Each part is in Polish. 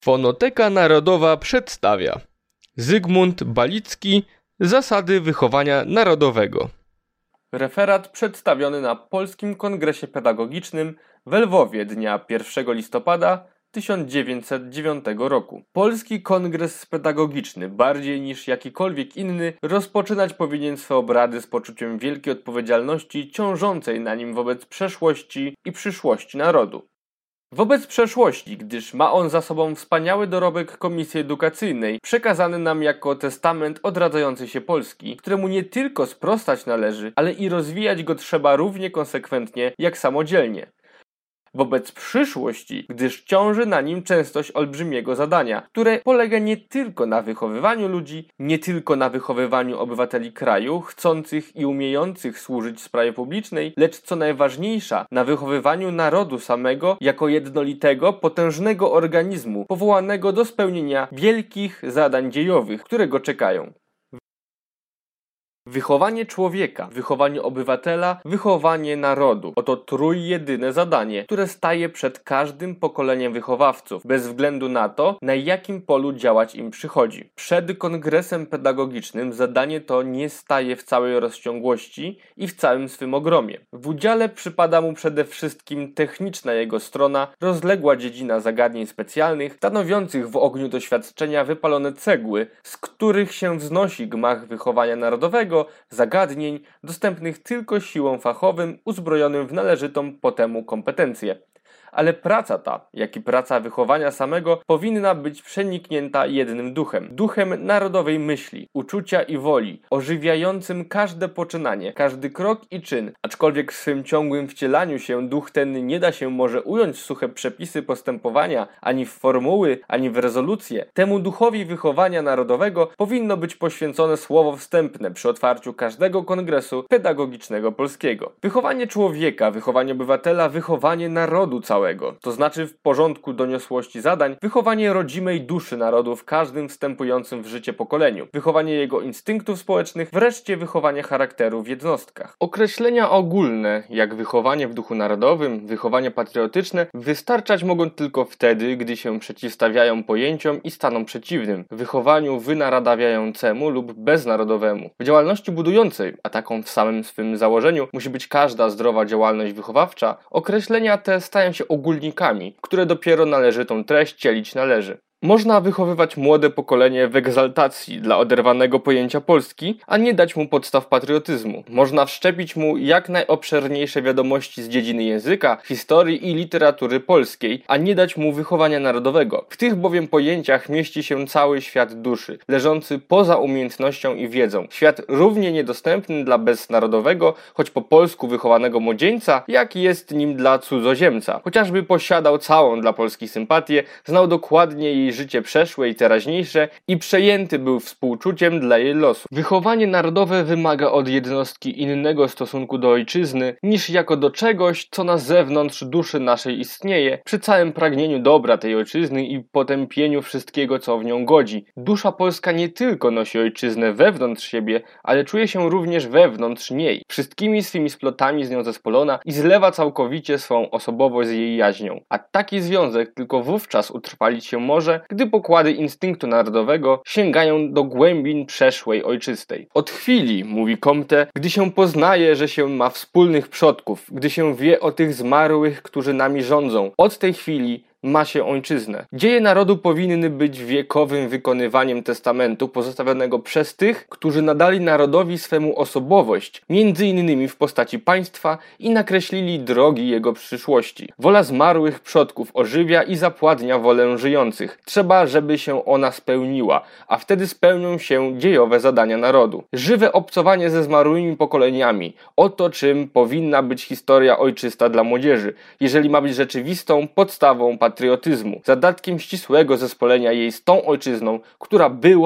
Fonoteka Narodowa przedstawia Zygmunt Balicki Zasady wychowania narodowego. Referat przedstawiony na Polskim Kongresie Pedagogicznym w Lwowie dnia 1 listopada 1909 roku. Polski Kongres Pedagogiczny, bardziej niż jakikolwiek inny, rozpoczynać powinien swe obrady z poczuciem wielkiej odpowiedzialności ciążącej na nim wobec przeszłości i przyszłości narodu. Wobec przeszłości, gdyż ma on za sobą wspaniały dorobek Komisji Edukacyjnej, przekazany nam jako testament odradzającej się Polski, któremu nie tylko sprostać należy, ale i rozwijać go trzeba równie konsekwentnie jak samodzielnie. Wobec przyszłości, gdyż ciąży na nim częstość olbrzymiego zadania, które polega nie tylko na wychowywaniu ludzi, nie tylko na wychowywaniu obywateli kraju, chcących i umiejących służyć sprawie publicznej, lecz co najważniejsza, na wychowywaniu narodu samego jako jednolitego, potężnego organizmu, powołanego do spełnienia wielkich zadań dziejowych, które go czekają. Wychowanie człowieka, wychowanie obywatela, wychowanie narodu. Oto trójjedyne zadanie, które staje przed każdym pokoleniem wychowawców, bez względu na to, na jakim polu działać im przychodzi. Przed kongresem pedagogicznym zadanie to nie staje w całej rozciągłości i w całym swym ogromie. W udziale przypada mu przede wszystkim techniczna jego strona, rozległa dziedzina zagadnień specjalnych, stanowiących w ogniu doświadczenia wypalone cegły, z których się wznosi gmach wychowania narodowego, zagadnień dostępnych tylko siłom fachowym uzbrojonym w należytą po temu kompetencję. Ale praca ta, jak i praca wychowania samego, powinna być przeniknięta jednym duchem. Duchem narodowej myśli, uczucia i woli, ożywiającym każde poczynanie, każdy krok i czyn. Aczkolwiek w swym ciągłym wcielaniu się duch ten nie da się może ująć w suche przepisy postępowania, ani w formuły, ani w rezolucje. Temu duchowi wychowania narodowego powinno być poświęcone słowo wstępne przy otwarciu każdego kongresu pedagogicznego polskiego. Wychowanie człowieka, wychowanie obywatela, wychowanie narodu całego. To znaczy w porządku doniosłości zadań, wychowanie rodzimej duszy narodu w każdym wstępującym w życie pokoleniu, wychowanie jego instynktów społecznych, wreszcie wychowanie charakteru w jednostkach. Określenia ogólne, jak wychowanie w duchu narodowym, wychowanie patriotyczne, wystarczać mogą tylko wtedy, gdy się przeciwstawiają pojęciom i stanom przeciwnym, wychowaniu wynaradawiającemu lub beznarodowemu. W działalności budującej, a taką w samym swym założeniu musi być każda zdrowa działalność wychowawcza, określenia te stają się ogólnikami, które dopiero należytą treść cielić należy. Można wychowywać młode pokolenie w egzaltacji dla oderwanego pojęcia Polski, a nie dać mu podstaw patriotyzmu. Można wszczepić mu jak najobszerniejsze wiadomości z dziedziny języka, historii i literatury polskiej, a nie dać mu wychowania narodowego. W tych bowiem pojęciach mieści się cały świat duszy, leżący poza umiejętnością i wiedzą. Świat równie niedostępny dla beznarodowego, choć po polsku wychowanego młodzieńca, jak jest nim dla cudzoziemca. Chociażby posiadał całą dla Polski sympatię, znał dokładnie jej życie przeszłe i teraźniejsze i przejęty był współczuciem dla jej losu. Wychowanie narodowe wymaga od jednostki innego stosunku do ojczyzny niż jako do czegoś, co na zewnątrz duszy naszej istnieje, przy całym pragnieniu dobra tej ojczyzny i potępieniu wszystkiego, co w nią godzi. Dusza polska nie tylko nosi ojczyznę wewnątrz siebie, ale czuje się również wewnątrz niej, wszystkimi swymi splotami z nią zespolona i zlewa całkowicie swą osobowość z jej jaźnią. A taki związek tylko wówczas utrwalić się może, gdy pokłady instynktu narodowego sięgają do głębin przeszłej ojczystej. Od chwili, mówi Comte, gdy się poznaje, że się ma wspólnych przodków, gdy się wie o tych zmarłych, którzy nami rządzą, od tej chwili ma się ojczyznę. Dzieje narodu powinny być wiekowym wykonywaniem testamentu pozostawionego przez tych, którzy nadali narodowi swemu osobowość, między innymi w postaci państwa i nakreślili drogi jego przyszłości. Wola zmarłych przodków ożywia i zapładnia wolę żyjących. Trzeba, żeby się ona spełniła, a wtedy spełnią się dziejowe zadania narodu. Żywe obcowanie ze zmarłymi pokoleniami. Oto czym powinna być historia ojczysta dla młodzieży, jeżeli ma być rzeczywistą podstawą patriotyzmu, zadatkiem ścisłego zespolenia jej z tą ojczyzną, która była,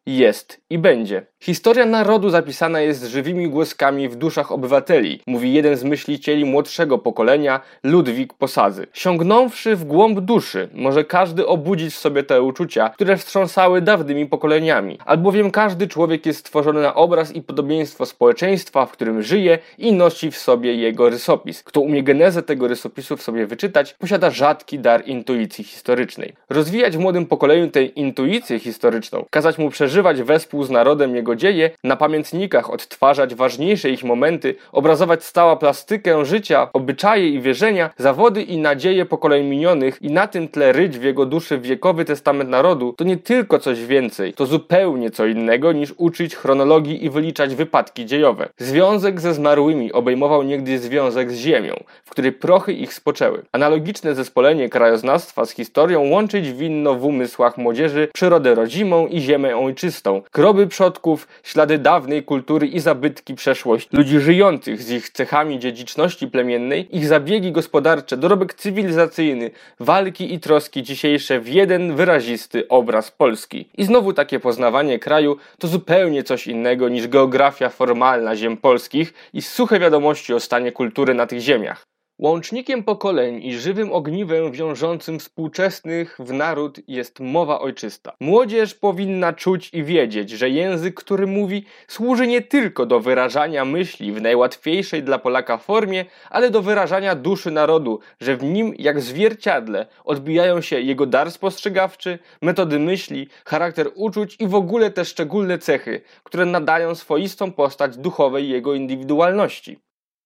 jest i będzie. Historia narodu zapisana jest żywymi głoskami w duszach obywateli, mówi jeden z myślicieli młodszego pokolenia, Ludwik Posadzy. Sięgnąwszy w głąb duszy, może każdy obudzić w sobie te uczucia, które wstrząsały dawnymi pokoleniami, albowiem każdy człowiek jest stworzony na obraz i podobieństwo społeczeństwa, w którym żyje i nosi w sobie jego rysopis. Kto umie genezę tego rysopisu w sobie wyczytać, posiada rzadki dar intuicji historycznej. Rozwijać w młodym pokoleniu tę intuicję historyczną, kazać mu przeżywać wespół z narodem jego dzieje, na pamiętnikach odtwarzać ważniejsze ich momenty, obrazować stała plastykę życia, obyczaje i wierzenia, zawody i nadzieje pokoleń minionych i na tym tle ryć w jego duszy wiekowy testament narodu, to nie tylko coś więcej, to zupełnie co innego niż uczyć chronologii i wyliczać wypadki dziejowe. Związek ze zmarłymi obejmował niegdyś związek z ziemią, w której prochy ich spoczęły. Analogiczne zespolenie krajoznawstwa z historią łączyć winno w umysłach młodzieży przyrodę rodzimą i ziemię ojczystą, groby przodków, ślady dawnej kultury i zabytki przeszłości, ludzi żyjących z ich cechami dziedziczności plemiennej, ich zabiegi gospodarcze, dorobek cywilizacyjny, walki i troski dzisiejsze w jeden wyrazisty obraz Polski. I znowu takie poznawanie kraju to zupełnie coś innego niż geografia formalna ziem polskich i suche wiadomości o stanie kultury na tych ziemiach. Łącznikiem pokoleń i żywym ogniwem wiążącym współczesnych w naród jest mowa ojczysta. Młodzież powinna czuć i wiedzieć, że język, który mówi, służy nie tylko do wyrażania myśli w najłatwiejszej dla Polaka formie, ale do wyrażania duszy narodu, że w nim, jak w zwierciadle, odbijają się jego dar spostrzegawczy, metody myśli, charakter uczuć i w ogóle te szczególne cechy, które nadają swoistą postać duchowej jego indywidualności.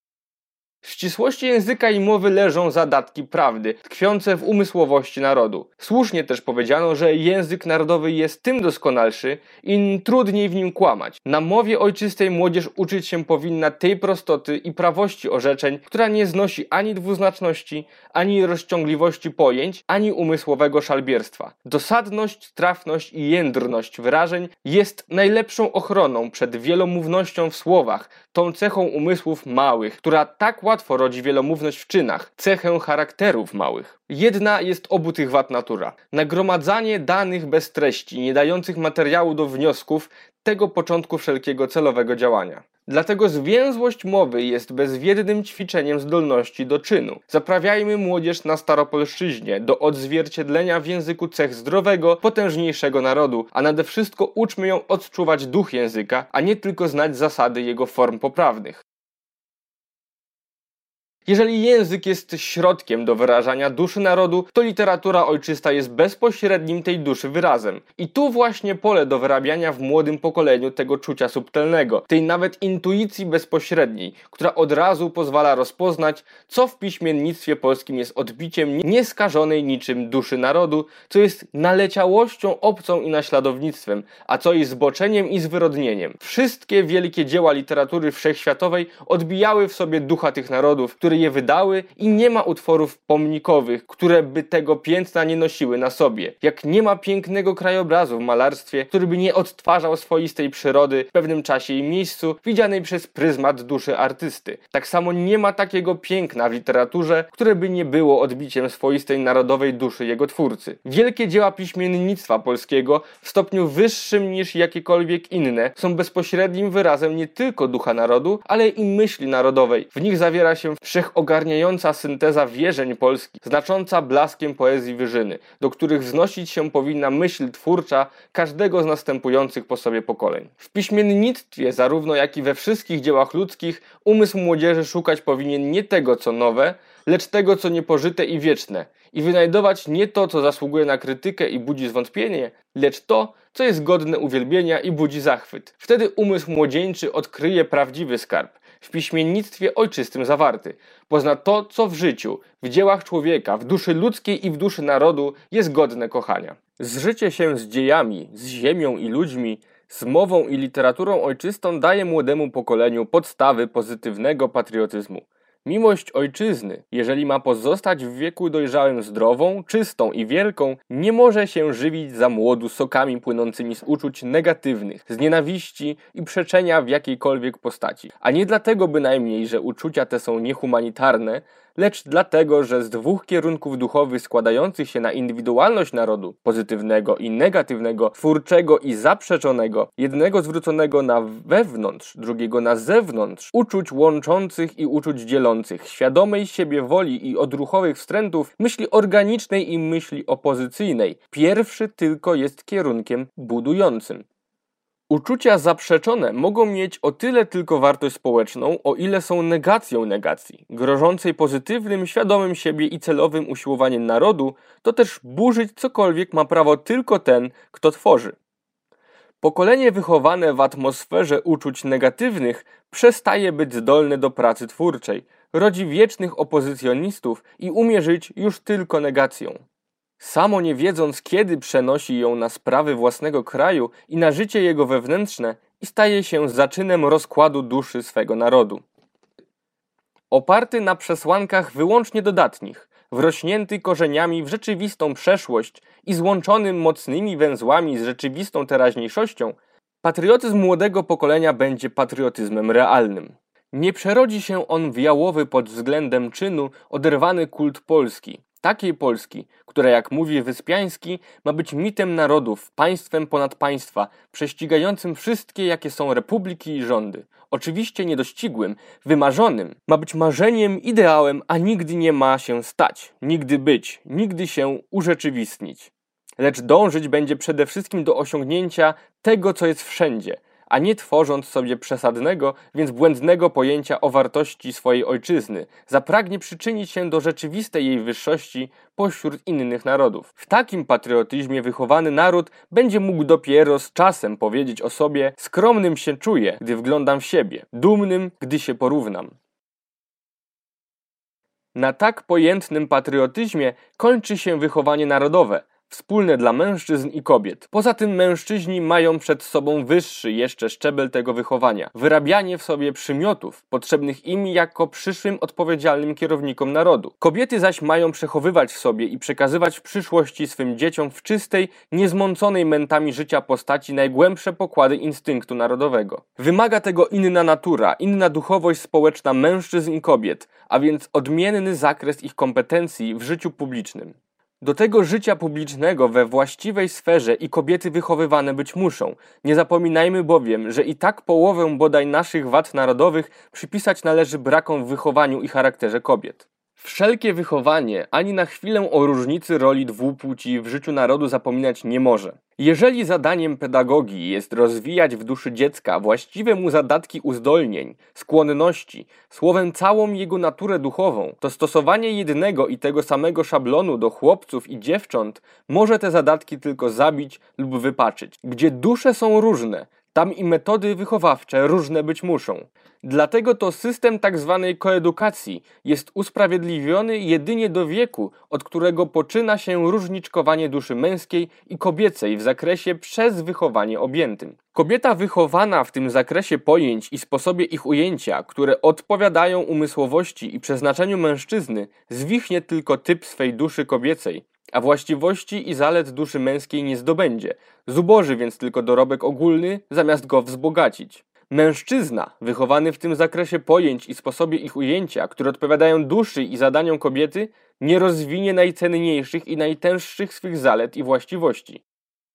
W ścisłości języka i mowy leżą zadatki prawdy, tkwiące w umysłowości narodu. Słusznie też powiedziano, że język narodowy jest tym doskonalszy, im trudniej w nim kłamać. Na mowie ojczystej młodzież uczyć się powinna tej prostoty i prawości orzeczeń, która nie znosi ani dwuznaczności, ani rozciągliwości pojęć, ani umysłowego szalbierstwa. Dosadność, trafność i jędrność wyrażeń jest najlepszą ochroną przed wielomównością w słowach, tą cechą umysłów małych, która tak łatwo rodzi wielomówność w czynach, cechę charakterów małych. Jedna jest obu tych wad natura. Nagromadzanie danych bez treści, nie dających materiału do wniosków, tego początku wszelkiego celowego działania. Dlatego zwięzłość mowy jest bezwiednym ćwiczeniem zdolności do czynu. Zaprawiajmy młodzież na staropolszczyźnie do odzwierciedlenia w języku cech zdrowego, potężniejszego narodu, a nade wszystko uczmy ją odczuwać duch języka, a nie tylko znać zasady jego form poprawnych. Jeżeli język jest środkiem do wyrażania duszy narodu, to literatura ojczysta jest bezpośrednim tej duszy wyrazem. I tu właśnie pole do wyrabiania w młodym pokoleniu tego czucia subtelnego, tej nawet intuicji bezpośredniej, która od razu pozwala rozpoznać, co w piśmiennictwie polskim jest odbiciem nieskażonej niczym duszy narodu, co jest naleciałością obcą i naśladownictwem, a co jest zboczeniem i zwyrodnieniem. Wszystkie wielkie dzieła literatury wszechświatowej odbijały w sobie ducha tych narodów, które je wydały i nie ma utworów pomnikowych, które by tego piętna nie nosiły na sobie. Jak nie ma pięknego krajobrazu w malarstwie, który by nie odtwarzał swoistej przyrody w pewnym czasie i miejscu, widzianej przez pryzmat duszy artysty. Tak samo nie ma takiego piękna w literaturze, które by nie było odbiciem swoistej narodowej duszy jego twórcy. Wielkie dzieła piśmiennictwa polskiego w stopniu wyższym niż jakiekolwiek inne są bezpośrednim wyrazem nie tylko ducha narodu, ale i myśli narodowej. W nich zawiera się wszechogarniająca synteza wierzeń Polski, znacząca blaskiem poezji wyżyny, do których wznosić się powinna myśl twórcza każdego z następujących po sobie pokoleń. W piśmiennictwie, zarówno jak i we wszystkich dziełach ludzkich, umysł młodzieży szukać powinien nie tego, co nowe, lecz tego, co niepożyte i wieczne, i wynajdować nie to, co zasługuje na krytykę i budzi zwątpienie, lecz to, co jest godne uwielbienia i budzi zachwyt. Wtedy umysł młodzieńczy odkryje prawdziwy skarb, w piśmiennictwie ojczystym zawarty. Pozna to, co w życiu, w dziełach człowieka, w duszy ludzkiej i w duszy narodu jest godne kochania. Zżycie się z dziejami, z ziemią i ludźmi, z mową i literaturą ojczystą daje młodemu pokoleniu podstawy pozytywnego patriotyzmu. Miłość ojczyzny, jeżeli ma pozostać w wieku dojrzałym zdrową, czystą i wielką, nie może się żywić za młodu sokami płynącymi z uczuć negatywnych, z nienawiści i przeczenia w jakiejkolwiek postaci. A nie dlatego bynajmniej, że uczucia te są niehumanitarne, lecz dlatego, że z dwóch kierunków duchowych składających się na indywidualność narodu, pozytywnego i negatywnego, twórczego i zaprzeczonego, jednego zwróconego na wewnątrz, drugiego na zewnątrz, uczuć łączących i uczuć dzielących, świadomej siebie woli i odruchowych wstrętów, myśli organicznej i myśli opozycyjnej. Pierwszy tylko jest kierunkiem budującym. Uczucia zaprzeczone mogą mieć o tyle tylko wartość społeczną, o ile są negacją negacji, grożącej pozytywnym, świadomym siebie i celowym usiłowaniem narodu, to też burzyć cokolwiek ma prawo tylko ten, kto tworzy. Pokolenie wychowane w atmosferze uczuć negatywnych przestaje być zdolne do pracy twórczej, rodzi wiecznych opozycjonistów i umie żyć już tylko negacją. Samo nie wiedząc, kiedy przenosi ją na sprawy własnego kraju i na życie jego wewnętrzne i staje się zaczynem rozkładu duszy swego narodu. Oparty na przesłankach wyłącznie dodatnich, wrośnięty korzeniami w rzeczywistą przeszłość i złączonym mocnymi węzłami z rzeczywistą teraźniejszością, patriotyzm młodego pokolenia będzie patriotyzmem realnym. Nie przerodzi się on w jałowy pod względem czynu oderwany kult Polski. Takiej Polski, która, jak mówi Wyspiański, ma być mitem narodów, państwem ponad państwa, prześcigającym wszystkie, jakie są republiki i rządy. Oczywiście niedościgłym, wymarzonym, ma być marzeniem, ideałem, a nigdy nie ma się stać, nigdy być, nigdy się urzeczywistnić. Lecz dążyć będzie przede wszystkim do osiągnięcia tego, co jest wszędzie, a nie tworząc sobie przesadnego, więc błędnego pojęcia o wartości swojej ojczyzny, zapragnie przyczynić się do rzeczywistej jej wyższości pośród innych narodów. W takim patriotyzmie wychowany naród będzie mógł dopiero z czasem powiedzieć o sobie: skromnym się czuję, gdy wglądam w siebie, dumnym, gdy się porównam. Na tak pojętnym patriotyzmie kończy się wychowanie narodowe, wspólne dla mężczyzn i kobiet. Poza tym mężczyźni mają przed sobą wyższy jeszcze szczebel tego wychowania. Wyrabianie w sobie przymiotów, potrzebnych im jako przyszłym odpowiedzialnym kierownikom narodu. Kobiety zaś mają przechowywać w sobie i przekazywać w przyszłości swym dzieciom w czystej, niezmąconej mętami życia postaci najgłębsze pokłady instynktu narodowego. Wymaga tego inna natura, inna duchowość społeczna mężczyzn i kobiet, a więc odmienny zakres ich kompetencji w życiu publicznym. Do tego życia publicznego we właściwej sferze i kobiety wychowywane być muszą. Nie zapominajmy bowiem, że i tak połowę bodaj naszych wad narodowych przypisać należy brakom w wychowaniu i charakterze kobiet. Wszelkie wychowanie ani na chwilę o różnicy roli dwóch płci w życiu narodu zapominać nie może. Jeżeli zadaniem pedagogii jest rozwijać w duszy dziecka właściwe mu zadatki uzdolnień, skłonności, słowem całą jego naturę duchową, to stosowanie jednego i tego samego szablonu do chłopców i dziewcząt może te zadatki tylko zabić lub wypaczyć. Gdzie dusze są różne, tam i metody wychowawcze różne być muszą. Dlatego to system tzw. koedukacji jest usprawiedliwiony jedynie do wieku, od którego poczyna się różniczkowanie duszy męskiej i kobiecej w zakresie przez wychowanie objętym. Kobieta wychowana w tym zakresie pojęć i sposobie ich ujęcia, które odpowiadają umysłowości i przeznaczeniu mężczyzny, zwichnie tylko typ swej duszy kobiecej, a właściwości i zalet duszy męskiej nie zdobędzie. Zuboży więc tylko dorobek ogólny, zamiast go wzbogacić. Mężczyzna, wychowany w tym zakresie pojęć i sposobie ich ujęcia, które odpowiadają duszy i zadaniom kobiety, nie rozwinie najcenniejszych i najtęższych swych zalet i właściwości.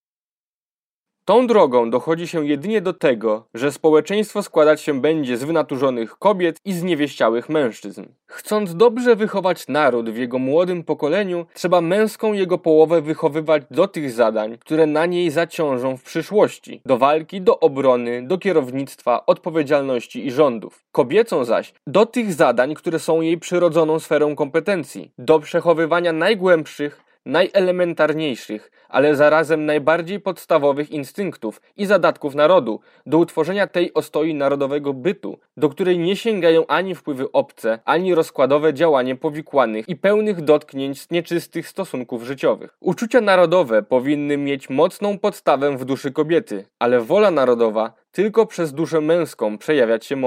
Tą drogą dochodzi się jedynie do tego, że społeczeństwo składać się będzie z wynaturzonych kobiet i zniewieściałych mężczyzn. Chcąc dobrze wychować naród w jego młodym pokoleniu, trzeba męską jego połowę wychowywać do tych zadań, które na niej zaciążą w przyszłości. Do walki, do obrony, do kierownictwa, odpowiedzialności i rządów. Kobiecą zaś do tych zadań, które są jej przyrodzoną sferą kompetencji. Do przechowywania najgłębszych, najelementarniejszych, ale zarazem najbardziej podstawowych instynktów i zadatków narodu, do utworzenia tej ostoi narodowego bytu, do której nie sięgają ani wpływy obce, ani rozkładowe działanie powikłanych i pełnych dotknięć nieczystych stosunków życiowych. Uczucia narodowe powinny mieć mocną podstawę w duszy kobiety, ale wola narodowa tylko przez duszę męską przejawiać się może.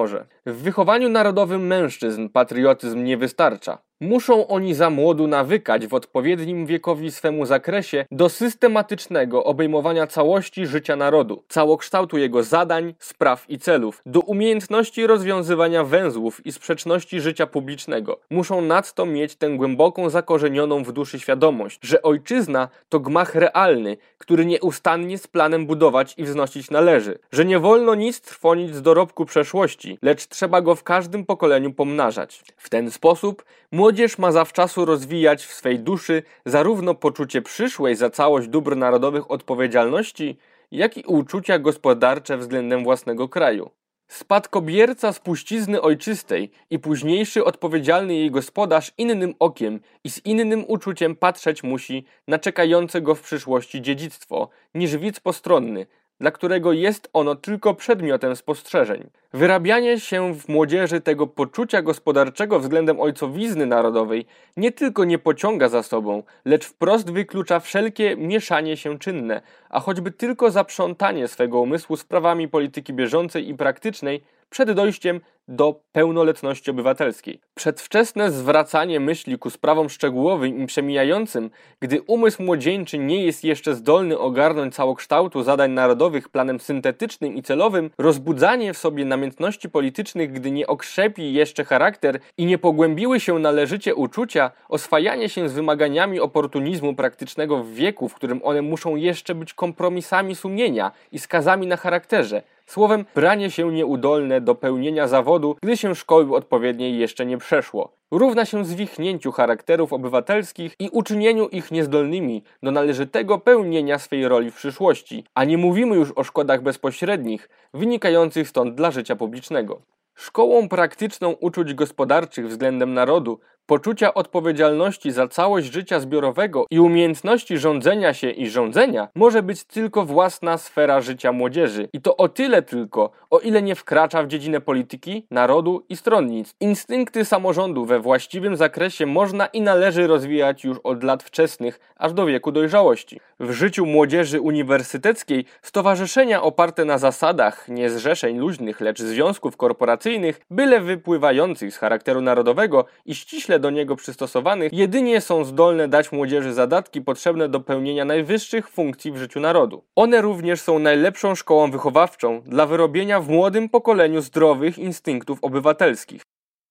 W wychowaniu narodowym mężczyzn patriotyzm nie wystarcza. Muszą oni za młodu nawykać w odpowiednim wiekowi swemu zakresie do systematycznego obejmowania całości życia narodu, całokształtu jego zadań, spraw i celów, do umiejętności rozwiązywania węzłów i sprzeczności życia publicznego. Muszą nadto mieć tę głęboką zakorzenioną w duszy świadomość, że ojczyzna to gmach realny, który nieustannie z planem budować i wznosić należy, że nie wolno nic trwonić z dorobku przeszłości, lecz trzeba go w każdym pokoleniu pomnażać. W ten sposób młodzież ma zawczasu rozwijać w swej duszy zarówno poczucie przyszłej za całość dóbr narodowych odpowiedzialności, jak i uczucia gospodarcze względem własnego kraju. Spadkobierca spuścizny ojczystej i późniejszy odpowiedzialny jej gospodarz innym okiem i z innym uczuciem patrzeć musi na czekające go w przyszłości dziedzictwo, niż widz postronny, dla którego jest ono tylko przedmiotem spostrzeżeń. Wyrabianie się w młodzieży tego poczucia gospodarczego względem ojcowizny narodowej nie tylko nie pociąga za sobą, lecz wprost wyklucza wszelkie mieszanie się czynne, a choćby tylko zaprzątanie swego umysłu sprawami polityki bieżącej i praktycznej przed dojściem do pełnoletności obywatelskiej. Przedwczesne zwracanie myśli ku sprawom szczegółowym i przemijającym, gdy umysł młodzieńczy nie jest jeszcze zdolny ogarnąć całokształtu zadań narodowych planem syntetycznym i celowym, rozbudzanie w sobie namiętności politycznych, gdy nie okrzepi jeszcze charakter i nie pogłębiły się należycie uczucia, oswajanie się z wymaganiami oportunizmu praktycznego w wieku, w którym one muszą jeszcze być kompromisami sumienia i skazami na charakterze, słowem branie się nieudolne do pełnienia zawodu, gdy się szkoły odpowiedniej jeszcze nie przeszło, równa się zwichnięciu charakterów obywatelskich i uczynieniu ich niezdolnymi do należytego pełnienia swej roli w przyszłości, a nie mówimy już o szkodach bezpośrednich, wynikających stąd dla życia publicznego. Szkołą praktyczną uczuć gospodarczych względem narodu, poczucia odpowiedzialności za całość życia zbiorowego i umiejętności rządzenia się i rządzenia może być tylko własna sfera życia młodzieży. I to o tyle tylko, o ile nie wkracza w dziedzinę polityki, narodu i stronnictw. Instynkty samorządu we właściwym zakresie można i należy rozwijać już od lat wczesnych, aż do wieku dojrzałości. W życiu młodzieży uniwersyteckiej stowarzyszenia oparte na zasadach nie zrzeszeń luźnych, lecz związków korporacyjnych, byle wypływających z charakteru narodowego i ściśle do niego przystosowanych, jedynie są zdolne dać młodzieży zadatki potrzebne do pełnienia najwyższych funkcji w życiu narodu. One również są najlepszą szkołą wychowawczą dla wyrobienia w młodym pokoleniu zdrowych instynktów obywatelskich.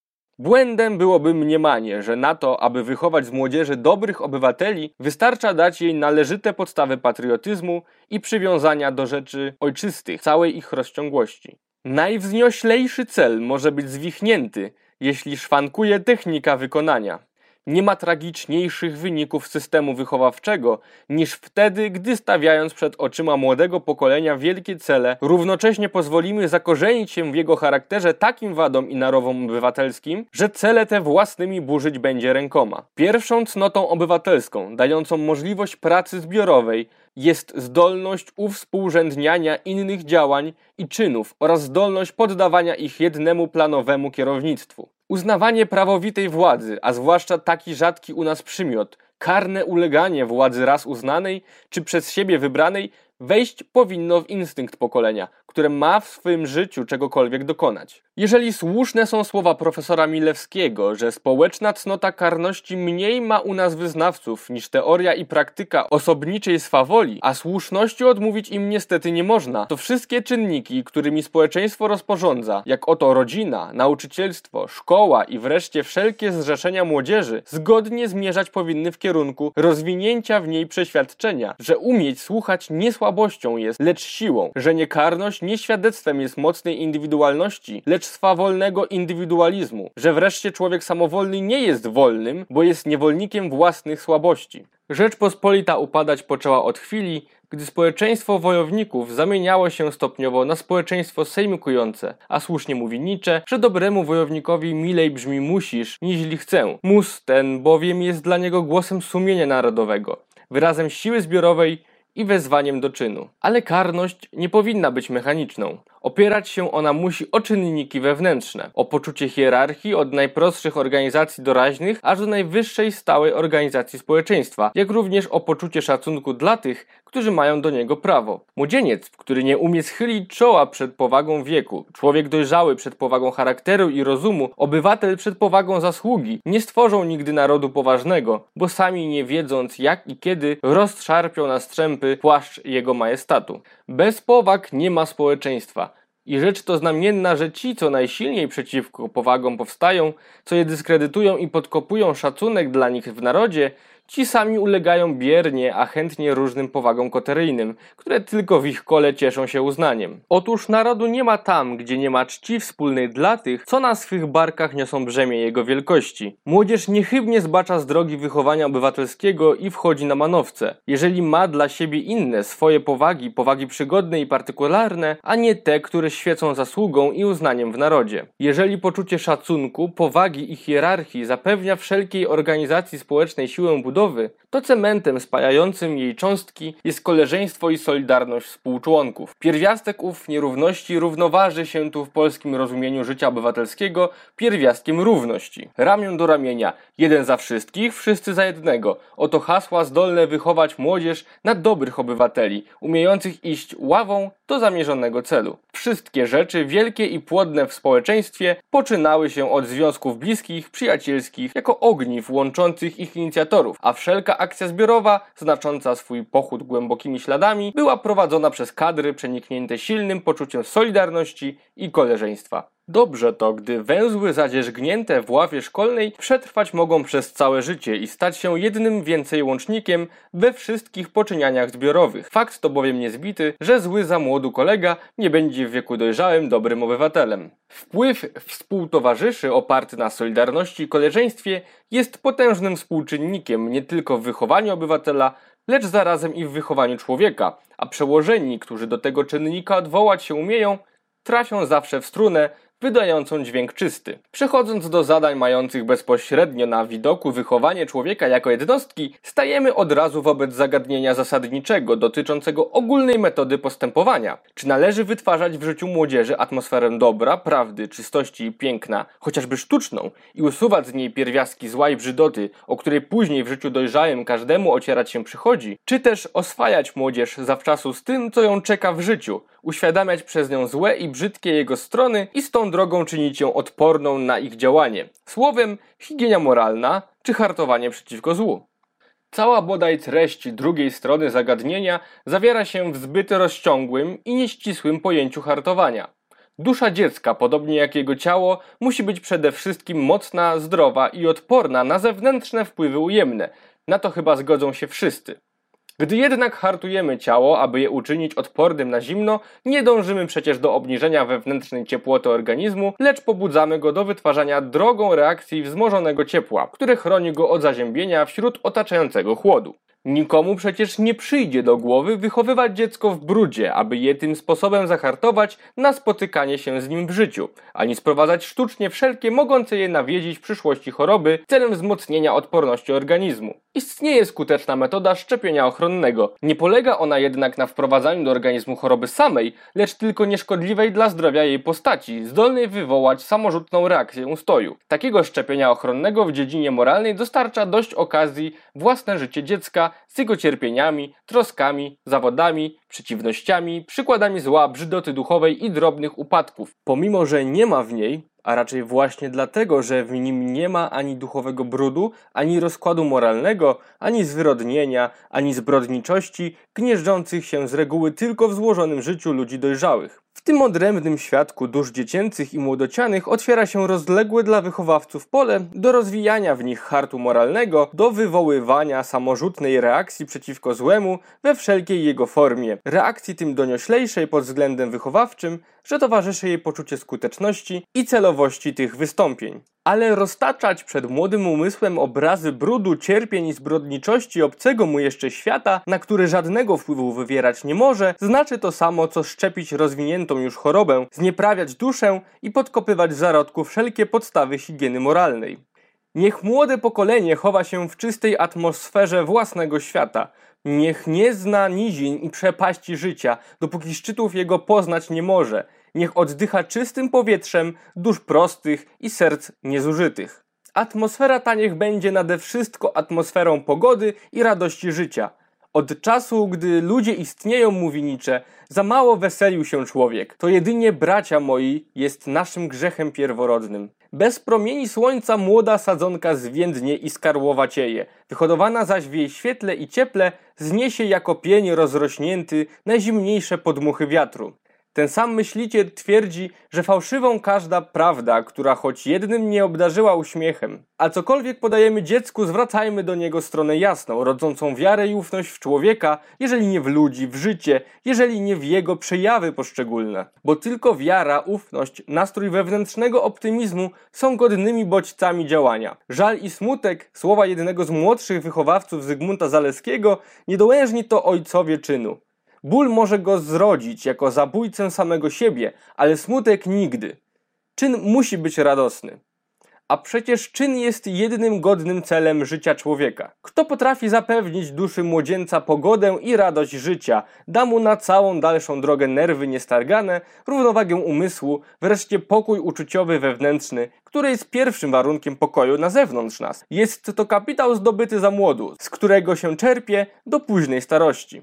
Błędem byłoby mniemanie, że na to, aby wychować z młodzieży dobrych obywateli, wystarcza dać jej należyte podstawy patriotyzmu i przywiązania do rzeczy ojczystych, całej ich rozciągłości. Najwznioślejszy cel może być zwichnięty, jeśli szwankuje technika wykonania. Nie ma tragiczniejszych wyników systemu wychowawczego niż wtedy, gdy stawiając przed oczyma młodego pokolenia wielkie cele, równocześnie pozwolimy zakorzenić się w jego charakterze takim wadom i narowom obywatelskim, że cele te własnymi burzyć będzie rękoma. Pierwszą cnotą obywatelską, dającą możliwość pracy zbiorowej, jest zdolność uwspółrzędniania innych działań i czynów oraz zdolność poddawania ich jednemu planowemu kierownictwu. Uznawanie prawowitej władzy, a zwłaszcza taki rzadki u nas przymiot, karne uleganie władzy raz uznanej czy przez siebie wybranej, wejść powinno w instynkt pokolenia, które ma w swym życiu czegokolwiek dokonać. Jeżeli słuszne są słowa profesora Milewskiego, że społeczna cnota karności mniej ma u nas wyznawców niż teoria i praktyka osobniczej swawoli, a słuszności odmówić im niestety nie można, to wszystkie czynniki, którymi społeczeństwo rozporządza, jak oto rodzina, nauczycielstwo, szkoła i wreszcie wszelkie zrzeszenia młodzieży, zgodnie zmierzać powinny w kierunku rozwinięcia w niej przeświadczenia, że umieć słuchać nie słabością jest, lecz siłą, że niekarność nie świadectwem jest mocnej indywidualności, lecz swawolnego indywidualizmu, że wreszcie człowiek samowolny nie jest wolnym, bo jest niewolnikiem własnych słabości. Rzeczpospolita upadać poczęła od chwili, gdy społeczeństwo wojowników zamieniało się stopniowo na społeczeństwo sejmikujące, a słusznie mówi Nietzsche, że dobremu wojownikowi milej brzmi musisz, niźli chcę. Mus ten bowiem jest dla niego głosem sumienia narodowego, wyrazem siły zbiorowej i wezwaniem do czynu. Ale karność nie powinna być mechaniczną. Opierać się ona musi o czynniki wewnętrzne, o poczucie hierarchii od najprostszych organizacji doraźnych aż do najwyższej stałej organizacji społeczeństwa, jak również o poczucie szacunku dla tych, którzy mają do niego prawo. Młodzieniec, który nie umie schylić czoła przed powagą wieku, człowiek dojrzały przed powagą charakteru i rozumu, obywatel przed powagą zasługi, nie stworzą nigdy narodu poważnego, bo sami nie wiedząc jak i kiedy rozszarpią na strzępy płaszcz jego majestatu. Bez powag nie ma społeczeństwa. I rzecz to znamienna, że ci, co najsilniej przeciwko powagom powstają, co je dyskredytują i podkopują szacunek dla nich w narodzie, ci sami ulegają biernie, a chętnie różnym powagom koteryjnym, które tylko w ich kole cieszą się uznaniem. Otóż narodu nie ma tam, gdzie nie ma czci wspólnej dla tych, co na swych barkach niosą brzemię jego wielkości. Młodzież niechybnie zbacza z drogi wychowania obywatelskiego i wchodzi na manowce. Jeżeli ma dla siebie inne, swoje powagi przygodne i partykularne, a nie te, które świecą zasługą i uznaniem w narodzie. Jeżeli poczucie szacunku, powagi i hierarchii zapewnia wszelkiej organizacji społecznej siłę budowy, to cementem spajającym jej cząstki jest koleżeństwo i solidarność współczłonków. Pierwiastek ów nierówności równoważy się tu w polskim rozumieniu życia obywatelskiego pierwiastkiem równości. Ramię do ramienia, jeden za wszystkich, wszyscy za jednego. Oto hasła zdolne wychować młodzież na dobrych obywateli, umiejących iść ławą do zamierzonego celu. Wszystkie rzeczy wielkie i płodne w społeczeństwie poczynały się od związków bliskich, przyjacielskich, jako ogniw łączących ich inicjatorów, a wszelka akcja zbiorowa, znacząca swój pochód głębokimi śladami, była prowadzona przez kadry przeniknięte silnym poczuciem solidarności i koleżeństwa. Dobrze to, gdy węzły zadzierzgnięte w ławie szkolnej przetrwać mogą przez całe życie i stać się jednym więcej łącznikiem we wszystkich poczynianiach zbiorowych. Fakt to bowiem niezbity, że zły za młodu kolega nie będzie w wieku dojrzałym dobrym obywatelem. Wpływ współtowarzyszy oparty na solidarności i koleżeństwie jest potężnym współczynnikiem nie tylko w wychowaniu obywatela, lecz zarazem i w wychowaniu człowieka, a przełożeni, którzy do tego czynnika odwołać się umieją, trafią zawsze w strunę wydającą dźwięk czysty. Przechodząc do zadań mających bezpośrednio na widoku wychowanie człowieka jako jednostki, stajemy od razu wobec zagadnienia zasadniczego dotyczącego ogólnej metody postępowania. Czy należy wytwarzać w życiu młodzieży atmosferę dobra, prawdy, czystości i piękna, chociażby sztuczną, i usuwać z niej pierwiastki zła i brzydoty, o której później w życiu dojrzałym każdemu ocierać się przychodzi? Czy też oswajać młodzież zawczasu z tym, co ją czeka w życiu, uświadamiać przez nią złe i brzydkie jego strony i z tą drogą czynić ją odporną na ich działanie? Słowem, higienia moralna czy hartowanie przeciwko złu. Cała bodaj treść drugiej strony zagadnienia zawiera się w zbyt rozciągłym i nieścisłym pojęciu hartowania. Dusza dziecka, podobnie jak jego ciało, musi być przede wszystkim mocna, zdrowa i odporna na zewnętrzne wpływy ujemne. Na to chyba zgodzą się wszyscy. Gdy jednak hartujemy ciało, aby je uczynić odpornym na zimno, nie dążymy przecież do obniżenia wewnętrznej ciepłoty organizmu, lecz pobudzamy go do wytwarzania drogą reakcji wzmożonego ciepła, które chroni go od zaziębienia wśród otaczającego chłodu. Nikomu przecież nie przyjdzie do głowy wychowywać dziecko w brudzie, aby je tym sposobem zahartować na spotykanie się z nim w życiu, ani sprowadzać sztucznie wszelkie mogące je nawiedzić w przyszłości choroby celem wzmocnienia odporności organizmu. Istnieje skuteczna metoda szczepienia ochronnego. Nie polega ona jednak na wprowadzaniu do organizmu choroby samej, lecz tylko nieszkodliwej dla zdrowia jej postaci, zdolnej wywołać samorzutną reakcję ustoju. Takiego szczepienia ochronnego w dziedzinie moralnej dostarcza dość okazji własne życie dziecka z jego cierpieniami, troskami, zawodami, przeciwnościami, przykładami zła, brzydoty duchowej i drobnych upadków. Pomimo że nie ma w niej, a raczej właśnie dlatego, że w nim nie ma ani duchowego brudu, ani rozkładu moralnego, ani zwyrodnienia, ani zbrodniczości, gnieżdżących się z reguły tylko w złożonym życiu ludzi dojrzałych. W tym odrębnym świadku dusz dziecięcych i młodocianych otwiera się rozległe dla wychowawców pole do rozwijania w nich hartu moralnego, do wywoływania samorzutnej reakcji przeciwko złemu we wszelkiej jego formie. Reakcji tym donioślejszej pod względem wychowawczym, że towarzyszy jej poczucie skuteczności i celowości tych wystąpień. Ale roztaczać przed młodym umysłem obrazy brudu, cierpień i zbrodniczości obcego mu jeszcze świata, na który żadnego wpływu wywierać nie może, znaczy to samo, co szczepić rozwiniętą już chorobę, znieprawiać duszę i podkopywać w zarodku wszelkie podstawy higieny moralnej. Niech młode pokolenie chowa się w czystej atmosferze własnego świata. Niech nie zna nizin i przepaści życia, dopóki szczytów jego poznać nie może. Niech oddycha czystym powietrzem dusz prostych i serc niezużytych. Atmosfera ta niech będzie nade wszystko atmosferą pogody i radości życia. Od czasu, gdy ludzie istnieją, mówi Nietzsche, za mało weselił się człowiek. To jedynie, bracia moi, jest naszym grzechem pierworodnym. Bez promieni słońca młoda sadzonka zwiędnie i skarłowacieje. Wyhodowana zaś w jej świetle i cieple zniesie jako pień rozrośnięty najzimniejsze podmuchy wiatru. Ten sam myśliciel twierdzi, że fałszywą każda prawda, która choć jednym nie obdarzyła uśmiechem. A cokolwiek podajemy dziecku, zwracajmy do niego stronę jasną, rodzącą wiarę i ufność w człowieka, jeżeli nie w ludzi, w życie, jeżeli nie w jego przejawy poszczególne. Bo tylko wiara, ufność, nastrój wewnętrznego optymizmu są godnymi bodźcami działania. Żal i smutek, słowa jednego z młodszych wychowawców Zygmunta Zaleskiego, niedołężni to ojcowie czynu. Ból może go zrodzić jako zabójcę samego siebie, ale smutek nigdy. Czyn musi być radosny. A przecież czyn jest jedynym godnym celem życia człowieka. Kto potrafi zapewnić duszy młodzieńca pogodę i radość życia, da mu na całą dalszą drogę nerwy niestargane, równowagę umysłu, wreszcie pokój uczuciowy wewnętrzny, który jest pierwszym warunkiem pokoju na zewnątrz nas. Jest to kapitał zdobyty za młodu, z którego się czerpie do późnej starości.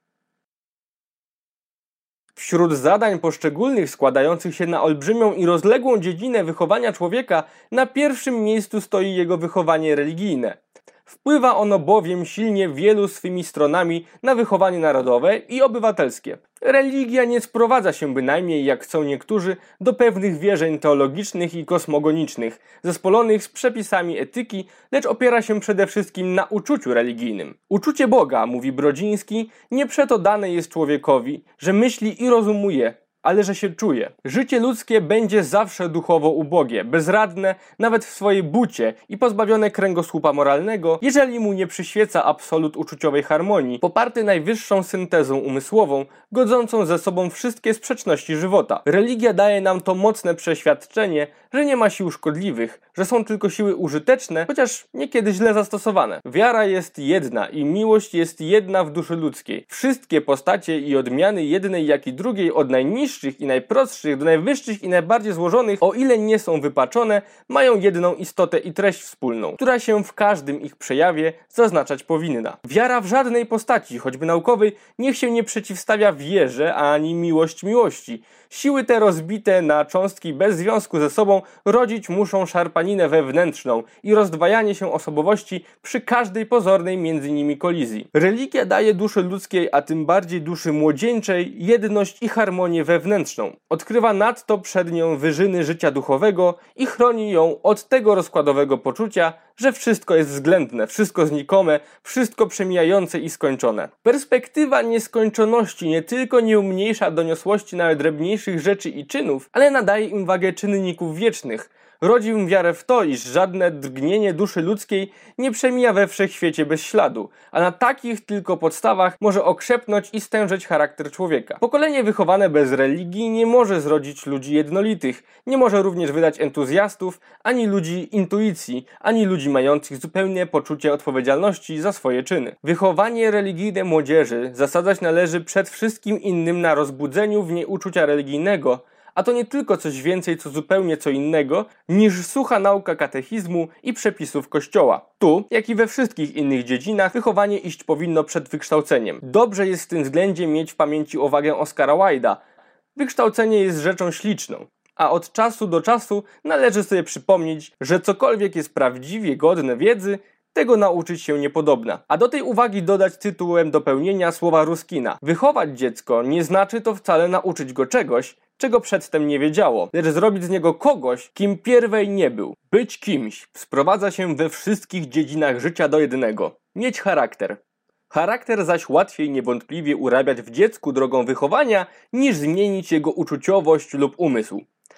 Wśród zadań poszczególnych składających się na olbrzymią i rozległą dziedzinę wychowania człowieka na pierwszym miejscu stoi jego wychowanie religijne. Wpływa ono bowiem silnie wielu swymi stronami na wychowanie narodowe i obywatelskie. Religia nie sprowadza się bynajmniej, jak chcą niektórzy, do pewnych wierzeń teologicznych i kosmogonicznych, zespolonych z przepisami etyki, lecz opiera się przede wszystkim na uczuciu religijnym. Uczucie Boga, mówi Brodziński, nie przeto dane jest człowiekowi, że myśli i rozumuje, ale że się czuje. Życie ludzkie będzie zawsze duchowo ubogie, bezradne nawet w swojej bucie i pozbawione kręgosłupa moralnego, jeżeli mu nie przyświeca absolut uczuciowej harmonii, poparty najwyższą syntezą umysłową, godzącą ze sobą wszystkie sprzeczności żywota. Religia daje nam to mocne przeświadczenie, że nie ma sił szkodliwych, że są tylko siły użyteczne, chociaż niekiedy źle zastosowane. Wiara jest jedna i miłość jest jedna w duszy ludzkiej. Wszystkie postacie i odmiany jednej jak i drugiej, od najniższych i najprostszych do najwyższych i najbardziej złożonych, o ile nie są wypaczone, mają jedną istotę i treść wspólną, która się w każdym ich przejawie zaznaczać powinna. Wiara w żadnej postaci, choćby naukowej, niech się nie przeciwstawia wierze ani miłość miłości. Siły te rozbite na cząstki bez związku ze sobą rodzić muszą szarpaninę wewnętrzną i rozdwajanie się osobowości przy każdej pozornej między nimi kolizji. Religia daje duszy ludzkiej, a tym bardziej duszy młodzieńczej, jedność i harmonię wewnętrzną. Odkrywa nadto przed nią wyżyny życia duchowego i chroni ją od tego rozkładowego poczucia, że wszystko jest względne, wszystko znikome, wszystko przemijające i skończone. Perspektywa nieskończoności nie tylko nie umniejsza doniosłości nawet drobniejszych rzeczy i czynów, ale nadaje im wagę czynników wiecznych. Rodzi im wiarę w to, iż żadne drgnienie duszy ludzkiej nie przemija we wszechświecie bez śladu, a na takich tylko podstawach może okrzepnąć i stężeć charakter człowieka. Pokolenie wychowane bez religii nie może zrodzić ludzi jednolitych, nie może również wydać entuzjastów, ani ludzi intuicji, ani ludzi mających zupełne poczucie odpowiedzialności za swoje czyny. Wychowanie religijne młodzieży zasadzać należy przed wszystkim innym na rozbudzeniu w niej uczucia religijnego, a to nie tylko coś więcej, co zupełnie co innego, niż sucha nauka katechizmu i przepisów Kościoła. Tu, jak i we wszystkich innych dziedzinach, wychowanie iść powinno przed wykształceniem. Dobrze jest w tym względzie mieć w pamięci uwagę Oscara Wilde'a. Wykształcenie jest rzeczą śliczną, a od czasu do czasu należy sobie przypomnieć, że cokolwiek jest prawdziwie godne wiedzy, tego nauczyć się niepodobna. A do tej uwagi dodać tytułem dopełnienia słowa Ruskina. Wychować dziecko nie znaczy to wcale nauczyć go czegoś, czego przedtem nie wiedziało, lecz zrobić z niego kogoś, kim pierwej nie był. Być kimś sprowadza się we wszystkich dziedzinach życia do jednego. Mieć charakter. Charakter zaś łatwiej niewątpliwie urabiać w dziecku drogą wychowania, niż zmienić jego uczuciowość lub umysł.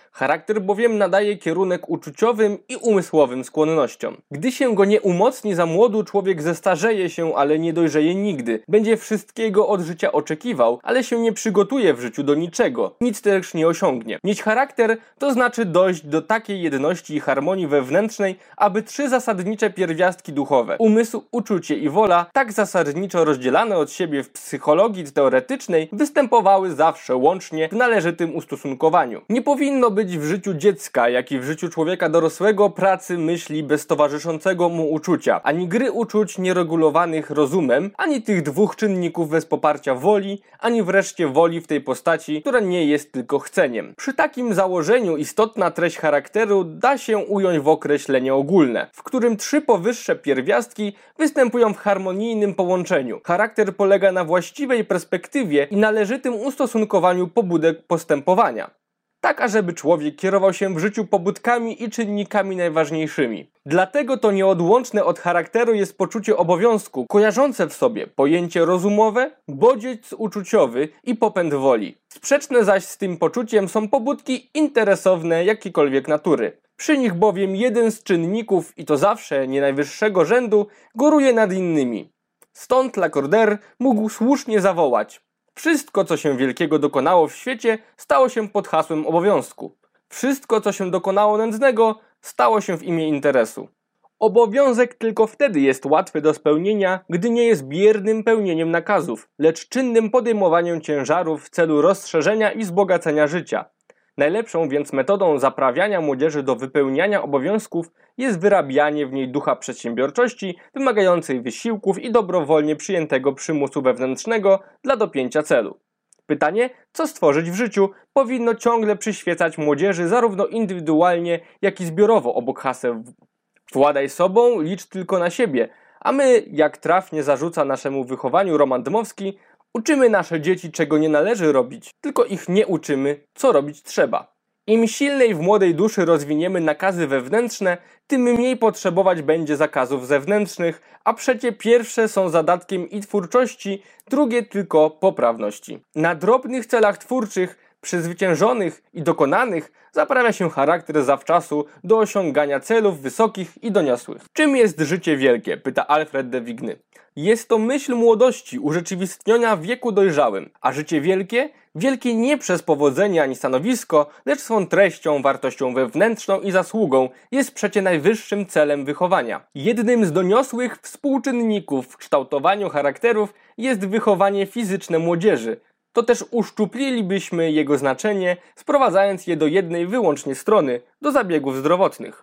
Charakter bowiem nadaje kierunek uczuciowym i umysłowym skłonnościom. Gdy się go nie umocni za młodu, człowiek zestarzeje się, ale nie dojrzeje nigdy. Będzie wszystkiego od życia oczekiwał, ale się nie przygotuje w życiu do niczego. Nic też nie osiągnie. Mieć charakter to znaczy dojść do takiej jedności i harmonii wewnętrznej, aby 3 zasadnicze pierwiastki duchowe – umysł, uczucie i wola, tak zasadniczo rozdzielane od siebie w psychologii teoretycznej, występowały zawsze łącznie w należytym ustosunkowaniu. Nie powinno być w życiu dziecka, jak i w życiu człowieka dorosłego pracy myśli bez towarzyszącego mu uczucia, ani gry uczuć nieregulowanych rozumem, ani tych 2 czynników bez poparcia woli, ani wreszcie woli w tej postaci, która nie jest tylko chceniem. Przy takim założeniu istotna treść charakteru da się ująć w określenie ogólne, w którym 3 powyższe pierwiastki występują w harmonijnym połączeniu. Charakter polega na właściwej perspektywie i należytym ustosunkowaniu pobudek postępowania, tak ażeby człowiek kierował się w życiu pobudkami i czynnikami najważniejszymi. Dlatego to nieodłączne od charakteru jest poczucie obowiązku, kojarzące w sobie pojęcie rozumowe, bodziec uczuciowy i popęd woli. Sprzeczne zaś z tym poczuciem są pobudki interesowne jakiejkolwiek natury. Przy nich bowiem jeden z czynników, i to zawsze nie najwyższego rzędu, góruje nad innymi. Stąd Lacordaire mógł słusznie zawołać: wszystko, co się wielkiego dokonało w świecie, stało się pod hasłem obowiązku. Wszystko, co się dokonało nędznego, stało się w imię interesu. Obowiązek tylko wtedy jest łatwy do spełnienia, gdy nie jest biernym pełnieniem nakazów, lecz czynnym podejmowaniem ciężarów w celu rozszerzenia i wzbogacenia życia. Najlepszą więc metodą zaprawiania młodzieży do wypełniania obowiązków jest wyrabianie w niej ducha przedsiębiorczości wymagającej wysiłków i dobrowolnie przyjętego przymusu wewnętrznego dla dopięcia celu. Pytanie, co stworzyć w życiu, powinno ciągle przyświecać młodzieży zarówno indywidualnie, jak i zbiorowo obok haseł władaj sobą, licz tylko na siebie, a my, jak trafnie zarzuca naszemu wychowaniu Roman Dmowski, uczymy nasze dzieci, czego nie należy robić, tylko ich nie uczymy, co robić trzeba. Im silniej w młodej duszy rozwiniemy nakazy wewnętrzne, tym mniej potrzebować będzie zakazów zewnętrznych, a przecie pierwsze są zadatkiem i twórczości, drugie tylko poprawności. Na drobnych celach twórczych, przezwyciężonych i dokonanych zaprawia się charakter zawczasu do osiągania celów wysokich i doniosłych. Czym jest życie wielkie? Pyta Alfred de Vigny. Jest to myśl młodości urzeczywistniona w wieku dojrzałym, a życie wielkie? Wielkie nie przez powodzenie ani stanowisko, lecz swą treścią, wartością wewnętrzną i zasługą jest przecie najwyższym celem wychowania. Jednym z doniosłych współczynników w kształtowaniu charakterów jest wychowanie fizyczne młodzieży. To też uszczuplilibyśmy jego znaczenie, sprowadzając je do jednej wyłącznie strony, do zabiegów zdrowotnych.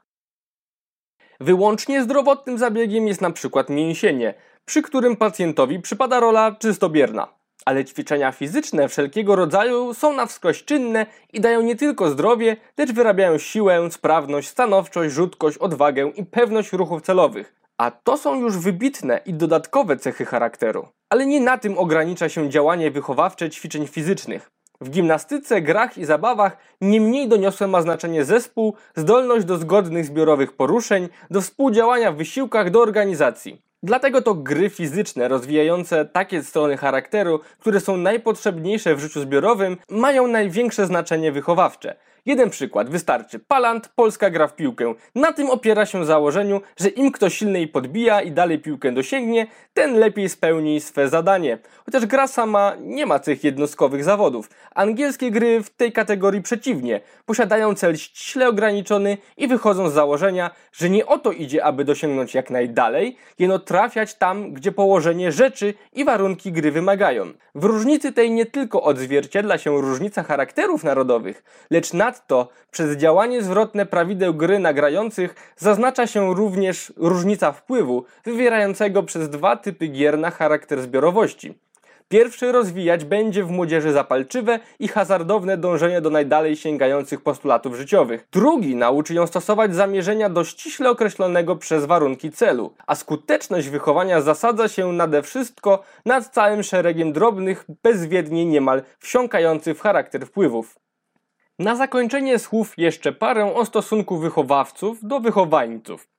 Wyłącznie zdrowotnym zabiegiem jest na przykład mięsienie, przy którym pacjentowi przypada rola czystobierna. Ale ćwiczenia fizyczne wszelkiego rodzaju są na wskroś czynne i dają nie tylko zdrowie, lecz wyrabiają siłę, sprawność, stanowczość, rzutkość, odwagę i pewność ruchów celowych. A to są już wybitne i dodatkowe cechy charakteru. Ale nie na tym ogranicza się działanie wychowawcze ćwiczeń fizycznych. W gimnastyce, grach i zabawach nie mniej doniosłe ma znaczenie zespół, zdolność do zgodnych zbiorowych poruszeń, do współdziałania w wysiłkach, do organizacji. Dlatego to gry fizyczne rozwijające takie strony charakteru, które są najpotrzebniejsze w życiu zbiorowym, mają największe znaczenie wychowawcze. Jeden przykład wystarczy. Palant, Polska gra w piłkę. Na tym opiera się założeniu, że im kto silniej podbija i dalej piłkę dosięgnie, ten lepiej spełni swe zadanie. Chociaż gra sama nie ma tych jednostkowych zawodów. Angielskie gry w tej kategorii przeciwnie. Posiadają cel ściśle ograniczony i wychodzą z założenia, że nie o to idzie, aby dosięgnąć jak najdalej, jeno trafiać tam, gdzie położenie rzeczy i warunki gry wymagają. W różnicy tej nie tylko odzwierciedla się różnica charakterów narodowych, lecz nadto przez działanie zwrotne prawideł gry na grających zaznacza się również różnica wpływu wywierającego przez 2 typy gier na charakter zbiorowości. Pierwszy rozwijać będzie w młodzieży zapalczywe i hazardowne dążenie do najdalej sięgających postulatów życiowych. Drugi nauczy ją stosować zamierzenia do ściśle określonego przez warunki celu, a skuteczność wychowania zasadza się nade wszystko nad całym szeregiem drobnych, bezwiednie niemal wsiąkających w charakter wpływów. Na zakończenie słów jeszcze parę o stosunku wychowawców do wychowańców.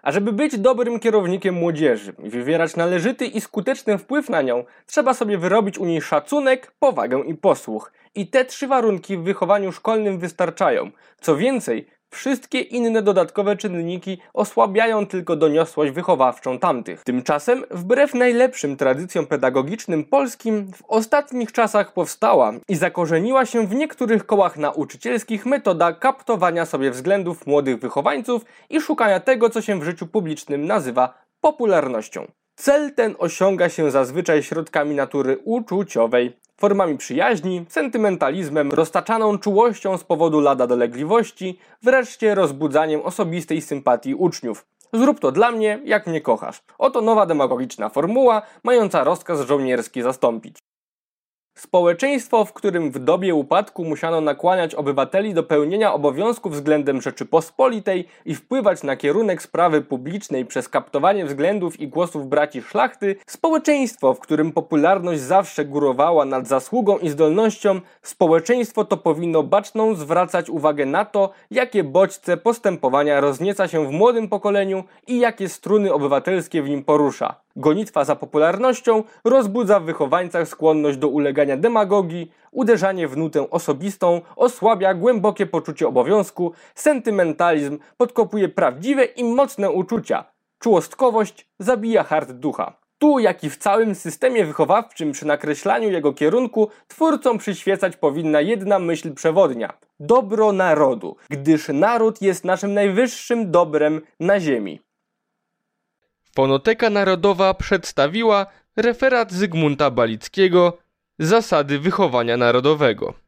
A żeby być dobrym kierownikiem młodzieży i wywierać należyty i skuteczny wpływ na nią, trzeba sobie wyrobić u niej szacunek, powagę i posłuch. I te 3 warunki w wychowaniu szkolnym wystarczają. Co więcej, wszystkie inne dodatkowe czynniki osłabiają tylko doniosłość wychowawczą tamtych. Tymczasem, wbrew najlepszym tradycjom pedagogicznym polskim, w ostatnich czasach powstała i zakorzeniła się w niektórych kołach nauczycielskich metoda kaptowania sobie względów młodych wychowańców i szukania tego, co się w życiu publicznym nazywa popularnością. Cel ten osiąga się zazwyczaj środkami natury uczuciowej, formami przyjaźni, sentymentalizmem, roztaczaną czułością z powodu lada dolegliwości, wreszcie rozbudzaniem osobistej sympatii uczniów. Zrób to dla mnie, jak mnie kochasz. Oto nowa demagogiczna formuła, mająca rozkaz żołnierski zastąpić. Społeczeństwo, w którym w dobie upadku musiano nakłaniać obywateli do pełnienia obowiązków względem Rzeczypospolitej i wpływać na kierunek sprawy publicznej przez kaptowanie względów i głosów braci szlachty, społeczeństwo, w którym popularność zawsze górowała nad zasługą i zdolnością, społeczeństwo to powinno baczną zwracać uwagę na to, jakie bodźce postępowania roznieca się w młodym pokoleniu i jakie struny obywatelskie w nim porusza. Gonitwa za popularnością rozbudza w wychowańcach skłonność do ulegania demagogii, uderzanie w nutę osobistą osłabia głębokie poczucie obowiązku, sentymentalizm podkopuje prawdziwe i mocne uczucia, czułostkowość zabija hart ducha. Tu, jak i w całym systemie wychowawczym przy nakreślaniu jego kierunku, twórcom przyświecać powinna jedna myśl przewodnia – dobro narodu, gdyż naród jest naszym najwyższym dobrem na ziemi. Fonoteka Narodowa przedstawiła referat Zygmunta Balickiego Zasady wychowania narodowego.